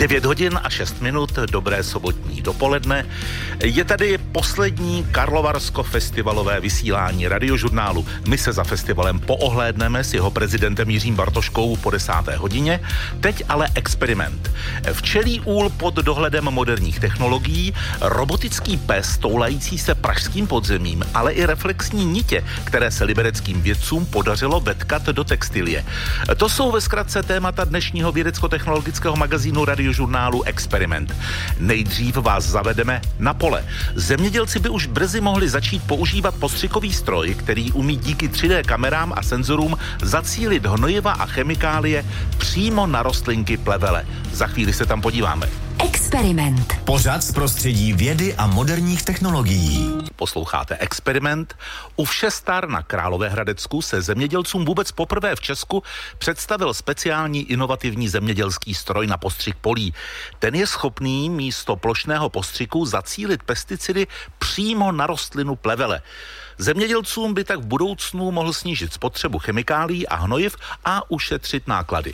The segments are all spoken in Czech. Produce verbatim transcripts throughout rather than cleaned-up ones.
devět hodin a šest minut, dobré sobotní dopoledne. Je tady poslední Karlovarsko-festivalové vysílání Radiožurnálu. My se za festivalem poohlédneme s jeho prezidentem Jiřím Bartoškou po desáté hodině. Teď ale experiment. Včelí úl pod dohledem moderních technologií, robotický pes toulající se pražským podzemím, ale i reflexní nitě, které se libereckým vědcům podařilo vetkat do textilie. To jsou ve zkratce témata dnešního vědecko-technologického magazínu Radio žurnálu Experiment. Nejdřív vás zavedeme na pole. Zemědělci by už brzy mohli začít používat postřikový stroj, který umí díky tři dé kamerám a senzorům zacílit hnojiva a chemikálie přímo na rostlinky plevele. Za chvíli se tam podíváme. Experiment. Pořad z prostředí vědy a moderních technologií. Posloucháte Experiment. U Všestar na Královéhradecku se zemědělcům vůbec poprvé v Česku představil speciální inovativní zemědělský stroj na postřik polí. Ten je schopný místo plošného postřiku zacílit pesticidy přímo na rostlinu plevele. Zemědělcům by tak v budoucnu mohl snížit spotřebu chemikálií a hnojiv a ušetřit náklady.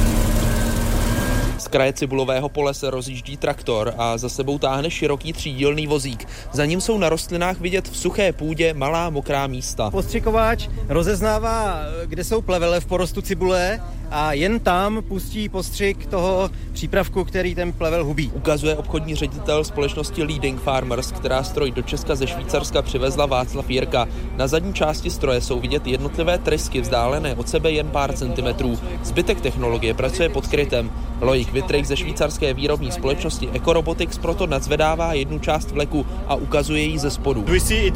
Z kraje cibulového pole se rozjíždí traktor a za sebou táhne široký třídílný vozík. Za ním jsou na rostlinách vidět v suché půdě malá mokrá místa. Postřikováč rozeznává, kde jsou plevele v porostu cibule a jen tam pustí postřik toho přípravku, který ten plevel hubí. Ukazuje obchodní ředitel společnosti Leading Farmers, která stroj do Česka ze Švýcarska přivezla Václav Jirka. Na zadní části stroje jsou vidět jednotlivé trysky vzdálené od sebe jen pár centimetrů. Zbytek technologie pracuje pod krytem. Loic Wittrich ze švýcarské výrobní společnosti Ecorobotics proto nadzvedává jednu část vleku a ukazuje ji ze spodu.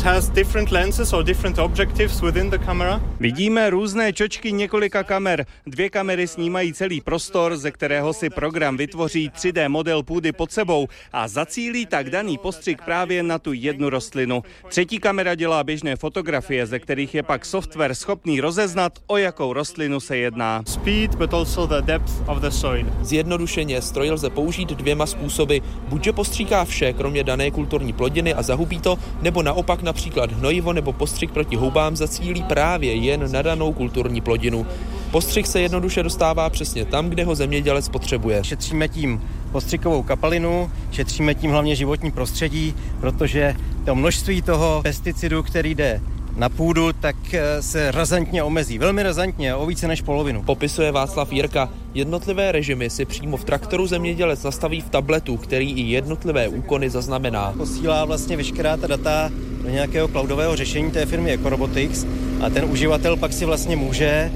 Vidíme různé čočky několika kamer. Dvě kamery snímají celý prostor, ze kterého si program vytvoří tři dé model půdy pod sebou a zacílí tak daný postřik právě na tu jednu rostlinu. Třetí kamera dělá běžné fotografie, ze kterých je pak software schopný rozeznat, o jakou rostlinu se jedná. Speed, but also the depth of the soil. Zjednodušeně stroj lze použít dvěma způsoby. Buďže postříká vše, kromě dané kulturní plodiny a zahubí to, nebo naopak například hnojivo nebo postřik proti houbám zacílí právě jen na danou kulturní plodinu. Postřik se jednoduše dostává přesně tam, kde ho zemědělec potřebuje. Šetříme tím postřikovou kapalinu, šetříme tím hlavně životní prostředí, protože to množství toho pesticidu, který jde na půdu, tak se razantně omezí. Velmi razantně, o více než polovinu. Popisuje Václav Jirka. Jednotlivé režimy si přímo v traktoru zemědělec nastaví v tabletu, který i jednotlivé úkony zaznamená. Posílá vlastně veškerá ta data do nějakého cloudového řešení té firmy Ecorobotics a ten uživatel pak si vlastně může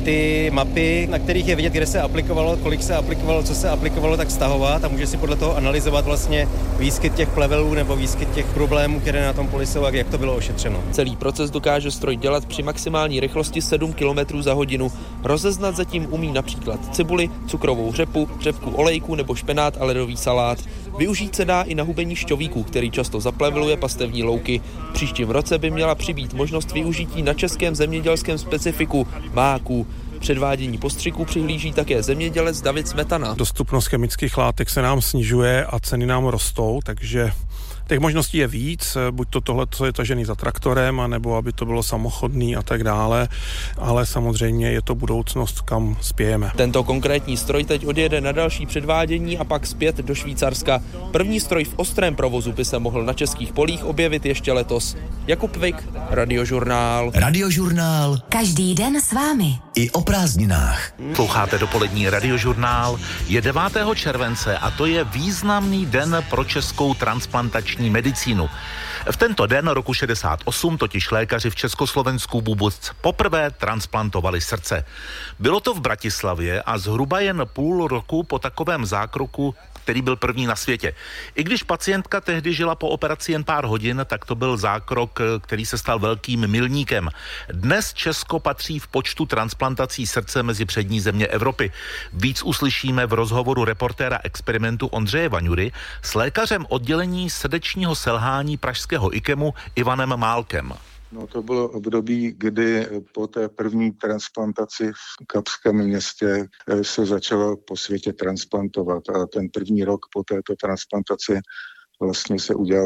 ty mapy, na kterých je vidět, kde se aplikovalo, kolik se aplikovalo, co se aplikovalo, tak stahovat a může si podle toho analyzovat vlastně výskyt těch plevelů nebo výskyt těch problémů, které na tom poli jsou a jak to bylo ošetřeno. Celý proces dokáže stroj dělat při maximální rychlosti sedm kilometrů za hodinu. Rozeznat zatím umí například cibuli, cukrovou řepu, řepku olejku nebo špenát a ledový salát. Využít se dá i na hubení šťovíku, který často zapleveluje pastevní louky. V příštím roce by měla přibýt možnost využití na českém zemědělském specifiku máků. Předvádění postřiků přihlíží také zemědělec David Smetana. Dostupnost chemických látek se nám snižuje a ceny nám rostou, takže těch možností je víc, buď to tohle, co je tažený za traktorem, anebo aby to bylo samochodný a tak dále, ale samozřejmě je to budoucnost, kam spějeme. Tento konkrétní stroj teď odjede na další předvádění a pak zpět do Švýcarska. První stroj v ostrém provozu by se mohl na českých polích objevit ještě letos. Jakub Vik, Radiožurnál. Radiožurnál. Každý den s vámi. I o prázdninách. Posloucháte dopolední Radiožurnál. Je devátého července a to je významný den pro českou transplantační medicínu. V tento den roku šedesát osm totiž lékaři v Československu vůbec poprvé transplantovali srdce. Bylo to v Bratislavě a zhruba jen půl roku po takovém zákroku, který byl první na světě. I když pacientka tehdy žila po operaci jen pár hodin, tak to byl zákrok, který se stal velkým milníkem. Dnes Česko patří v počtu transplantací srdce mezi přední země Evropy. Víc uslyšíme v rozhovoru reportéra Experimentu Ondřeje Vaňury s lékařem oddělení srdečního selhání pražského IKEMu Ivanem Málkem. No to bylo období, kdy po té první transplantaci v Kapském městě se začalo po světě transplantovat a ten první rok po této transplantaci vlastně se udělalo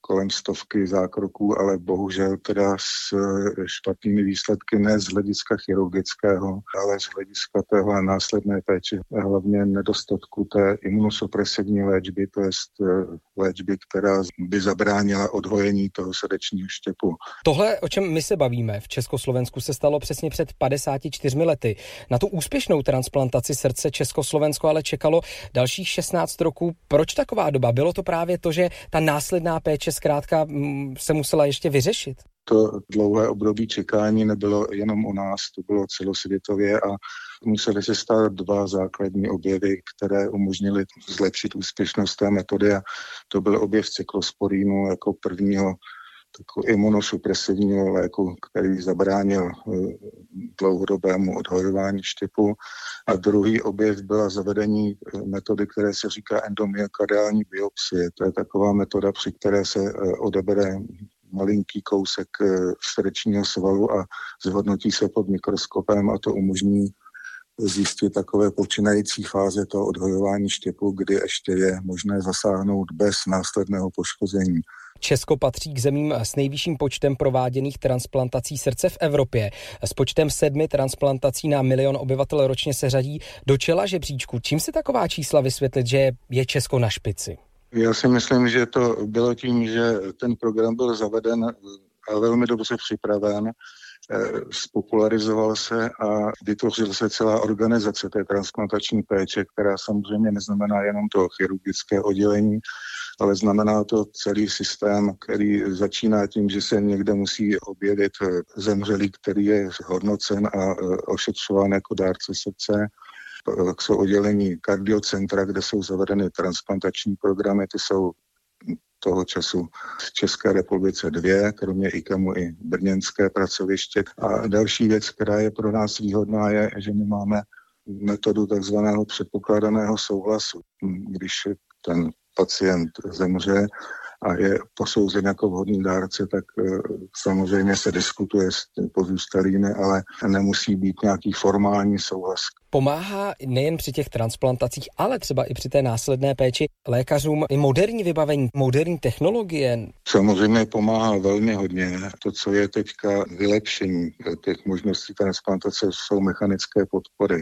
kolem stovky zákroků, ale bohužel teda s špatnými výsledky ne z hlediska chirurgického, ale z hlediska téhle následné péče, hlavně nedostatku té imunosupresivní léčby, to je léčby, která by zabránila odhojení toho srdečního štěpu. Tohle, o čem my se bavíme v Československu, se stalo přesně před padesáti čtyřmi lety. Na tu úspěšnou transplantaci srdce Československo ale čekalo dalších šestnáct roků. Proč taková doba? Bylo to právě to, že ta následná péče zkrátka se musela ještě vyřešit? To dlouhé období čekání nebylo jenom u nás, to bylo celosvětově a musely se stát dva základní objevy, které umožnily zlepšit úspěšnost té metody a to byl objev cyklosporínu jako prvního takového imunosupresivního léku, který zabránil dlouhodobému odhojování štěpu. A druhý objev byla zavedení metody, které se říká endomyokardiální biopsie. To je taková metoda, při které se odebere malinký kousek srdečního svalu a zhodnotí se pod mikroskopem a to umožní zjistit takové počínající fáze toho odhojování štěpu, kdy ještě je možné zasáhnout bez následného poškození. Česko patří k zemím s nejvyšším počtem prováděných transplantací srdce v Evropě. S počtem sedmi transplantací na milion obyvatel ročně se řadí do čela žebříčku. Čím se taková čísla vysvětlit, že je Česko na špici? Já si myslím, že to bylo tím, že ten program byl zaveden a velmi dobře připraven, spopularizoval se a vytvořil se celá organizace té transplantační péče, která samozřejmě neznamená jenom to chirurgické oddělení, ale znamená to celý systém, který začíná tím, že se někde musí objevit zemřelý, který je hodnocen a ošetřován jako dárce srdce. Pak jsou oddělení kardiocentra, kde jsou zavedeny transplantační programy, ty jsou toho času v České republice dvě, kromě IKEMu i brněnské pracoviště. A další věc, která je pro nás výhodná, je, že my máme metodu takzvaného předpokládaného souhlasu. Když ten pacient zemře a je posouzen jako vhodný dárce, tak samozřejmě se diskutuje s pozůstalými, ale nemusí být nějaký formální souhlas. Pomáhá nejen při těch transplantacích, ale třeba i při té následné péči lékařům i moderní vybavení, moderní technologie? Samozřejmě pomáhá velmi hodně. To, co je teďka vylepšení těch možností transplantace, jsou mechanické podpory.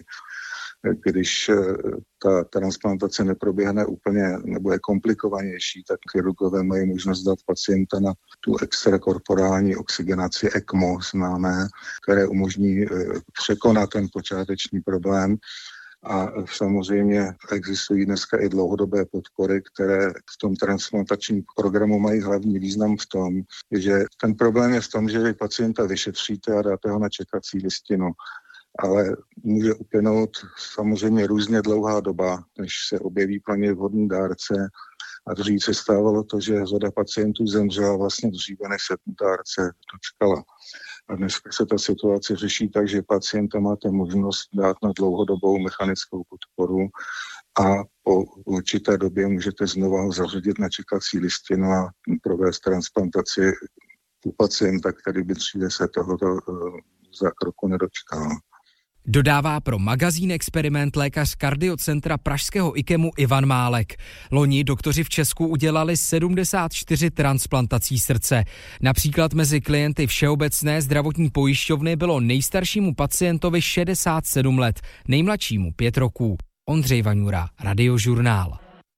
Když ta transplantace neproběhne úplně nebo je komplikovanější, tak chirurgové mají možnost dát pacienta na tu extrakorporální oxygenaci ECMO známé, které umožní překonat ten počáteční problém. A samozřejmě existují dneska i dlouhodobé podpory, které v tom transplantačním programu mají hlavní význam v tom, že ten problém je v tom, že vy pacienta vyšetříte a dáte ho na čekací listinu. Ale může uplynout samozřejmě různě dlouhá doba, než se objeví pro ně vhodný dárce. A dřív se stávalo to, že řada pacientů zemřela vlastně dříve, než se dárce dočkala. A dneska se ta situace řeší tak, že pacienta máte možnost dát na dlouhodobou mechanickou podporu a po určité době můžete znova zařadit na čekací listinu a provést transplantaci u pacienta, který by dříve se tohoto zákroku nedočkal. Dodává pro magazín Experiment lékař kardiocentra pražského IKEMu Ivan Málek. Loni doktoři v Česku udělali sedmdesát čtyři transplantací srdce. Například mezi klienty Všeobecné zdravotní pojišťovny bylo nejstaršímu pacientovi šedesát sedm let, nejmladšímu pět roků. Ondřej Vaňura, Radiožurnál.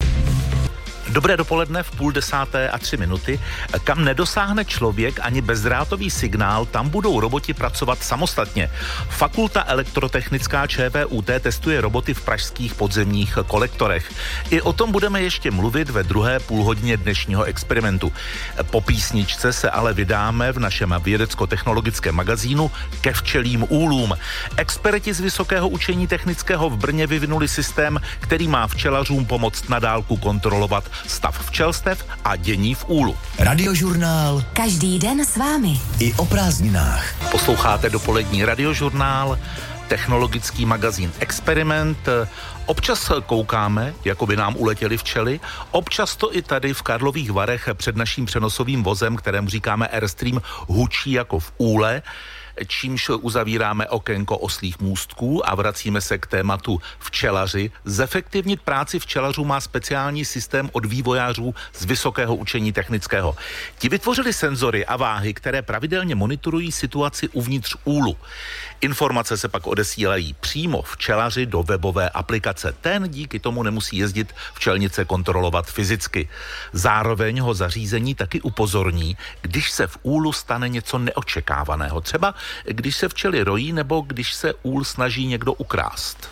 Dobré dopoledne v půl desáté a tři minuty. Kam nedosáhne člověk ani bezdrátový signál, tam budou roboti pracovat samostatně. Fakulta elektrotechnická ČVUT testuje roboty v pražských podzemních kolektorech. I o tom budeme ještě mluvit ve druhé půlhodině dnešního experimentu. Po písničce se ale vydáme v našem vědecko-technologickém magazínu ke včelím úlům. Experti z Vysokého učení technického v Brně vyvinuli systém, který má včelařům pomoct na dálku kontrolovat stav včelstev a dění v úlu. Radiožurnál. Každý den s vámi. I o prázdninách. Posloucháte dopolední radiožurnál, technologický magazín Experiment. Občas koukáme, jako by nám uletěly včely, občas to i tady v Karlových Varech před naším přenosovým vozem, kterému říkáme Airstream, hučí jako v úle. čímž uzavíráme okénko oslích můstků a vracíme se k tématu včelaři. Zefektivnit práci včelařů má speciální systém od vývojářů z Vysokého učení technického. Ti vytvořili senzory a váhy, které pravidelně monitorují situaci uvnitř úlu. Informace se pak odesílají přímo včelaři do webové aplikace. Ten díky tomu nemusí jezdit včelnice kontrolovat fyzicky. Zároveň ho zařízení taky upozorní, když se v úlu stane něco neočekávaného. Třeba když se včely rojí nebo když se úl snaží někdo ukrást.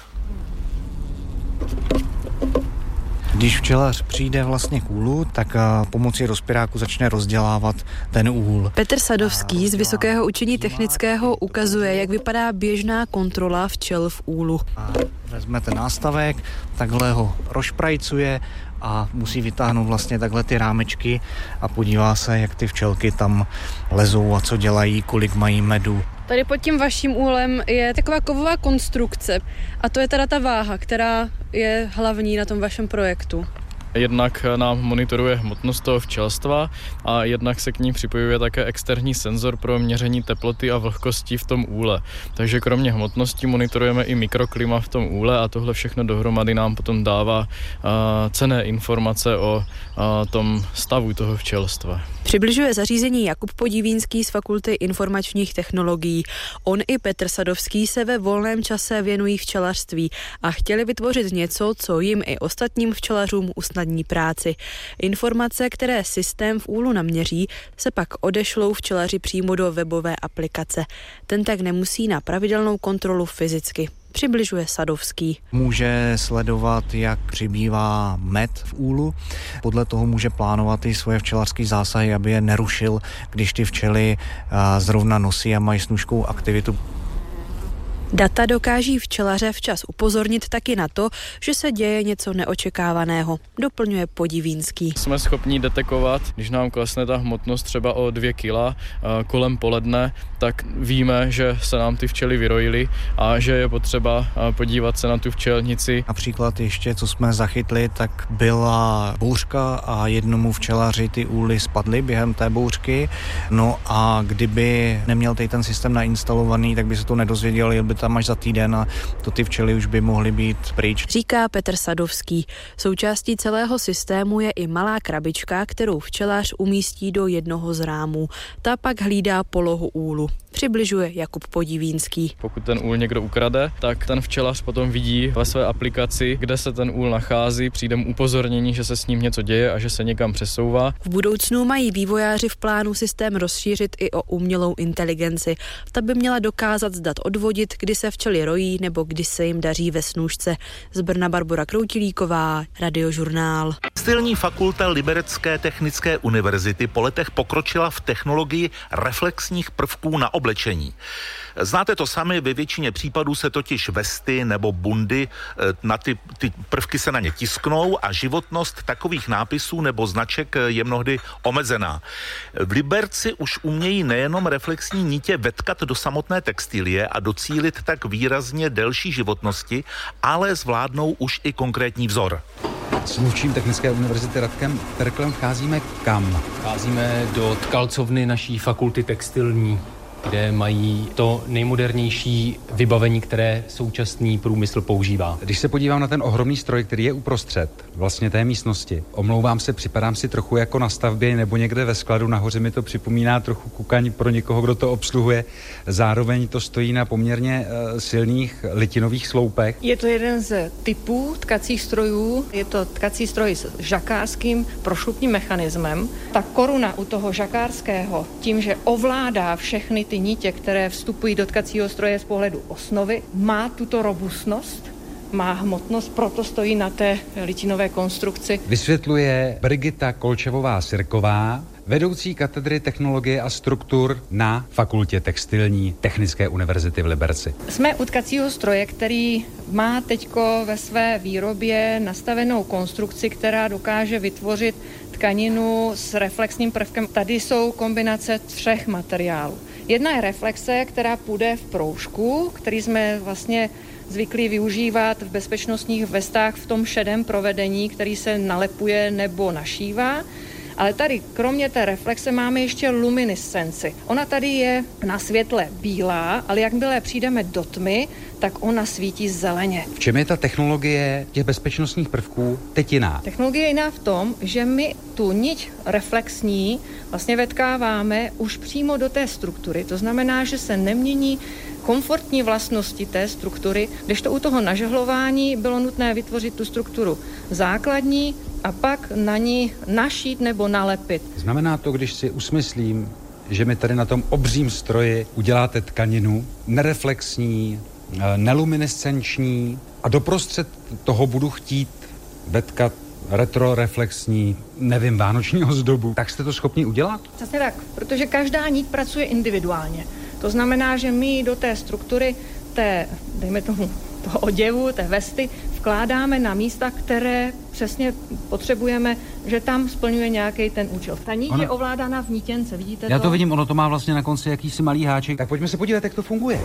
Když včelař přijde vlastně k úlu, tak pomocí rozpiráku začne rozdělávat ten úl. Petr Sadovský z Vysokého učení technického ukazuje, jak vypadá běžná kontrola včel v úlu. Vezme ten nástavek, takhle ho rozšprajcuje a musí vytáhnout vlastně takhle ty rámečky a podívá se, jak ty včelky tam lezou a co dělají, kolik mají medu. Tady pod tím vaším úlem je taková kovová konstrukce a to je teda ta váha, která je hlavní na tom vašem projektu. Jednak nám monitoruje hmotnost toho včelstva a jednak se k ní připojuje také externí senzor pro měření teploty a vlhkosti v tom úle. Takže kromě hmotnosti monitorujeme i mikroklima v tom úle a tohle všechno dohromady nám potom dává uh, cenné informace o uh, tom stavu toho včelstva. Přibližuje zařízení Jakub Podivínský z Fakulty informačních technologií. On i Petr Sadovský se ve volném čase věnují včelařství a chtěli vytvořit něco, co jim i ostatním včelařům usnadní práci. Informace, které systém v úlu naměří, se pak odešlou včelaři přímo do webové aplikace. Ten tak nemusí na pravidelnou kontrolu fyzicky. Přibližuje Sadovský. Může sledovat, jak přibývá med v úlu. Podle toho může plánovat i svoje včelařské zásahy, aby je nerušil, když ty včely zrovna nosí a mají snůškou aktivitu. Data dokáží včelaře včas upozornit taky na to, že se děje něco neočekávaného, doplňuje Podivínský. Jsme schopni detekovat, když nám klesne ta hmotnost třeba o dvě kila kolem poledne, tak víme, že se nám ty včely vyrojily a že je potřeba podívat se na tu včelnici. Například ještě, co jsme zachytli, tak byla bouřka a jednomu včelaři ty úly spadly během té bouřky. No a kdyby neměl tady ten systém nainstalovaný, tak by se to nedozvěděl, jel by tam až za týden a to ty včely už by mohly být pryč. Říká Petr Sadovský. Součástí celého systému je i malá krabička, kterou včelař umístí do jednoho z rámů. Ta pak hlídá polohu úlu. Přibližuje Jakub Podivínský. Pokud ten úl někdo ukrade, tak ten včelař potom vidí ve své aplikaci, kde se ten úl nachází, přijde mu upozornění, že se s ním něco děje a že se někam přesouvá. V budoucnu mají vývojáři v plánu systém rozšířit i o umělou inteligenci. Ta by měla dokázat z dat odvodit, kdy se včely rojí nebo kdy se jim daří ve snůšce. Z Brna Barbora Kroutilíková, Radiožurnál. Textilní fakulta Liberecké technické univerzity po letech pokročila v technologii reflexních prvků na oblečení. Znáte to sami, ve většině případů se totiž vesty nebo bundy, na ty, ty prvky se na ně tisknou a životnost takových nápisů nebo značek je mnohdy omezená. V Liberci už umějí nejenom reflexní nitě vetkat do samotné textilie a docílit tak výrazně delší životnosti, ale zvládnou už i konkrétní vzor. S mluvčím Technické univerzity Radkem Perklem vcházíme kam? Vcházíme do tkalcovny naší fakulty textilní, kde mají to nejmodernější vybavení, které současný průmysl používá. Když se podívám na ten ohromný stroj, který je uprostřed vlastně té místnosti, omlouvám se, připadám si trochu jako na stavbě nebo někde ve skladu, nahoře mi to připomíná trochu kukaň pro někoho, kdo to obsluhuje. Zároveň to stojí na poměrně uh, silných litinových sloupech. Je to jeden z typů tkacích strojů, je to tkací stroj s žakářským prošlupním mechanismem. Ta koruna u toho žakárského, tím, že ovládá všechny ty nitě, které vstupují do tkacího stroje z pohledu osnovy, má tuto robustnost, má hmotnost, proto stojí na té litinové konstrukci. Vysvětluje Brigita Kolčevová-Sirková, vedoucí katedry technologie a struktur na Fakultě textilní Technické univerzity v Liberci. Jsme u tkacího stroje, který má teďko ve své výrobě nastavenou konstrukci, která dokáže vytvořit tkaninu s reflexním prvkem. Tady jsou kombinace třech materiálů. Jedna je reflexe, která půjde v proužku, který jsme vlastně zvyklí využívat v bezpečnostních vestách v tom šedém provedení, který se nalepuje nebo našívá. Ale tady kromě té reflexe máme ještě luminescenci. Ona tady je na světle bílá, ale jakmile přijdeme do tmy, tak ona svítí zeleně. V čem je ta technologie těch bezpečnostních prvků teď jiná? Technologie je jiná v tom, že my tu niť reflexní vlastně vetkáváme už přímo do té struktury. To znamená, že se nemění komfortní vlastnosti té struktury, kdežto u toho nažehlování bylo nutné vytvořit tu strukturu základní a pak na ní našít nebo nalepit. Znamená to, když si usmyslím, že mi tady na tom obřím stroji uděláte tkaninu nereflexní, neluminescenční a doprostřed toho budu chtít vetkat retroreflexní, nevím, vánoční ozdobu, tak jste to schopni udělat? Přesně tak, protože každá niť pracuje individuálně. To znamená, že my do té struktury té, dejme tomu, toho oděvu, té vesty, vkládáme na místa, které přesně potřebujeme, že tam splňuje nějaký ten účel. Ta nit ono... je ovládána v nítěnce, vidíte to? Já to vidím, ono to má vlastně na konci jakýsi malý háček. Tak pojďme se podívat, jak to funguje.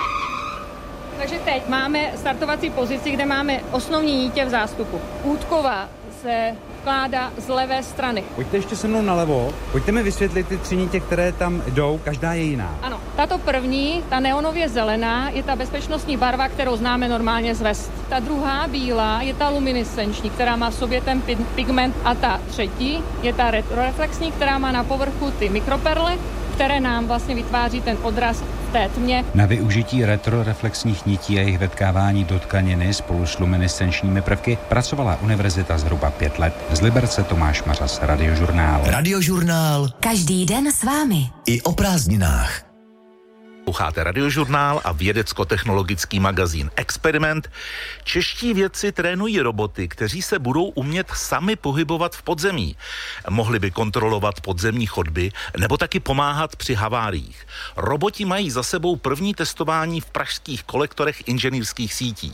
Takže teď máme startovací pozici, kde máme osnovní nítě v zástupu. Útková se vkládá z levé strany. Pojďte ještě se mnou nalevo. Pojďte mi vysvětlit ty tři nítě, které tam jdou, každá je jiná. Ano, tato první, ta neonově zelená, je ta bezpečnostní barva, kterou známe normálně z vest. Ta druhá bílá je ta luminescenční, která má v sobě ten pigment, a ta třetí je ta retroreflexní, která má na povrchu ty mikroperle, které nám vlastně vytváří ten odraz v té tmě. Na využití retroreflexních nití a jejich vetkávání do tkaniny spolu s luminescenčními prvky pracovala univerzita zhruba pět let. Z Liberce Tomáš Mařas, Radiožurnál. Radiožurnál. Každý den s vámi. I o prázdninách. Posloucháte Radiožurnál a vědecko-technologický magazín Experiment. Čeští vědci trénují roboty, kteří se budou umět sami pohybovat v podzemí. Mohli by kontrolovat podzemní chodby nebo taky pomáhat při haváriích. Roboti mají za sebou první testování v pražských kolektorech inženýrských sítí.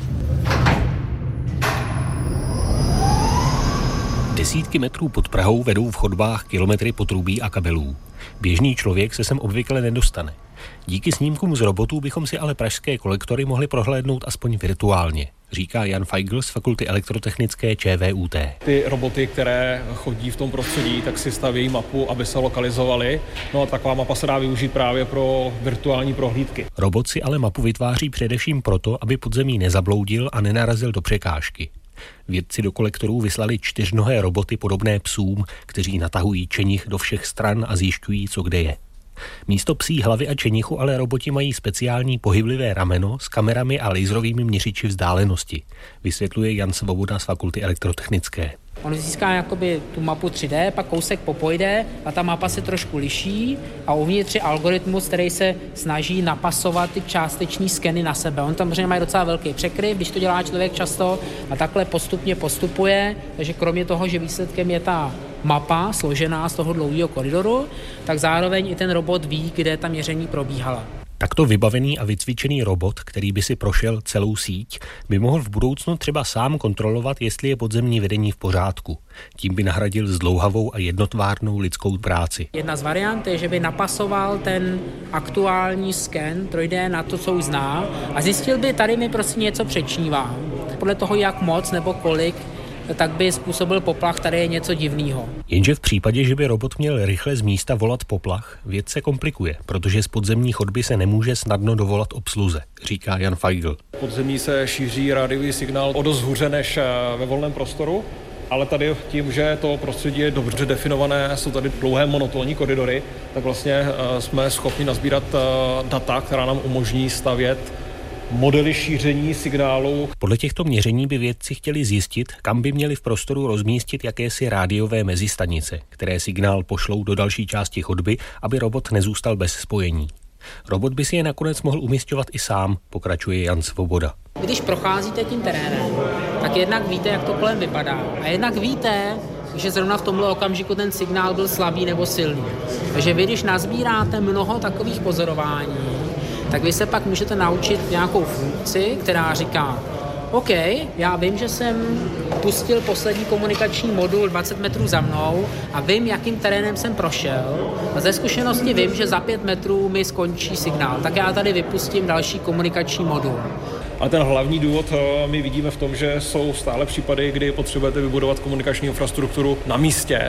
Desítky metrů pod Prahou vedou v chodbách kilometry potrubí a kabelů. Běžný člověk se sem obvykle nedostane. Díky snímkům z robotů bychom si ale pražské kolektory mohli prohlédnout aspoň virtuálně, říká Jan Feigl z Fakulty elektrotechnické ČVUT. Ty roboty, které chodí v tom prostředí, tak si staví mapu, aby se lokalizovali. No a taková mapa se dá využít právě pro virtuální prohlídky. Robot si ale mapu vytváří především proto, aby podzemí nezabloudil a nenarazil do překážky. Vědci do kolektorů vyslali čtyřnohé roboty podobné psům, kteří natahují čenich do všech stran a zjišťují, co kde je. Místo psí hlavy a čenichu ale roboti mají speciální pohyblivé rameno s kamerami a laserovými měřiči vzdálenosti, vysvětluje Jan Svoboda z Fakulty elektrotechnické. On získá jakoby tu mapu tři dé, pak kousek popojde a ta mapa se trošku liší a uvnitř je algoritmus, který se snaží napasovat ty částeční skeny na sebe. On tam samozřejmě má docela velký překryv, když to dělá člověk často a takhle postupně postupuje, takže kromě toho, že výsledkem je ta mapa složená z toho dlouhého koridoru, tak zároveň i ten robot ví, kde ta měření probíhala. Takto vybavený a vycvičený robot, který by si prošel celou síť, by mohl v budoucnu třeba sám kontrolovat, jestli je podzemní vedení v pořádku. Tím by nahradil zdlouhavou a jednotvárnou lidskou práci. Jedna z variant je, že by napasoval ten aktuální sken tři dé na to, co už zná a zjistil by, tady mi prostě něco přečnívá. Podle toho, jak moc nebo kolik, tak by způsobil poplach, tady je něco divného. Jenže v případě, že by robot měl rychle z místa volat poplach, věc se komplikuje, protože z podzemní chodby se nemůže snadno dovolat obsluze, říká Jan Feigl. Podzemí se šíří rádiový signál o dost hůře než ve volném prostoru, ale tady tím, že to prostředí je dobře definované, jsou tady dlouhé monotónní koridory, tak vlastně jsme schopni nazbírat data, která nám umožní stavět modely šíření signálu. Podle těchto měření by vědci chtěli zjistit, kam by měli v prostoru rozmístit jakési rádiové mezistanice, které signál pošlou do další části chodby, aby robot nezůstal bez spojení. Robot by si je nakonec mohl umisťovat i sám, pokračuje Jan Svoboda. Když procházíte tím terénem, tak jednak víte, jak to kolem vypadá. A jednak víte, že zrovna v tomhle okamžiku ten signál byl slabý nebo silný. Takže vy, když nazbíráte mnoho takových pozorování, tak vy se pak můžete naučit nějakou funkci, která říká, OK, já vím, že jsem pustil poslední komunikační modul dvacet metrů za mnou a vím, jakým terénem jsem prošel a ze zkušenosti vím, že za pět metrů mi skončí signál, tak já tady vypustím další komunikační modul. A ten hlavní důvod my vidíme v tom, že jsou stále případy, kdy potřebujete vybudovat komunikační infrastrukturu na místě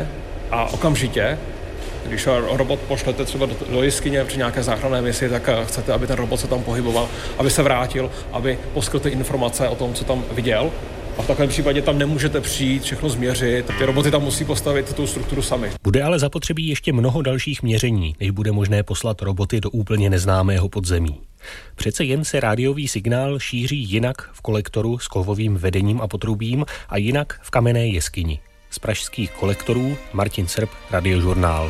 A okamžitě, když robot pošlete třeba do, do jeskyně při nějaké záchranné misi, tak chcete, aby ten robot se tam pohyboval, aby se vrátil, aby poskytl informace o tom, co tam viděl. A v takovém případě tam nemůžete přijít, všechno změřit. Ty roboty tam musí postavit tu strukturu sami. Bude ale zapotřebí ještě mnoho dalších měření, než bude možné poslat roboty do úplně neznámého podzemí. Přece jen se rádiový signál šíří jinak v kolektoru s kovovým vedením a potrubím a jinak v kamenné jeskyni. Z pražských kolektorů Martin Srb, Radiožurnál.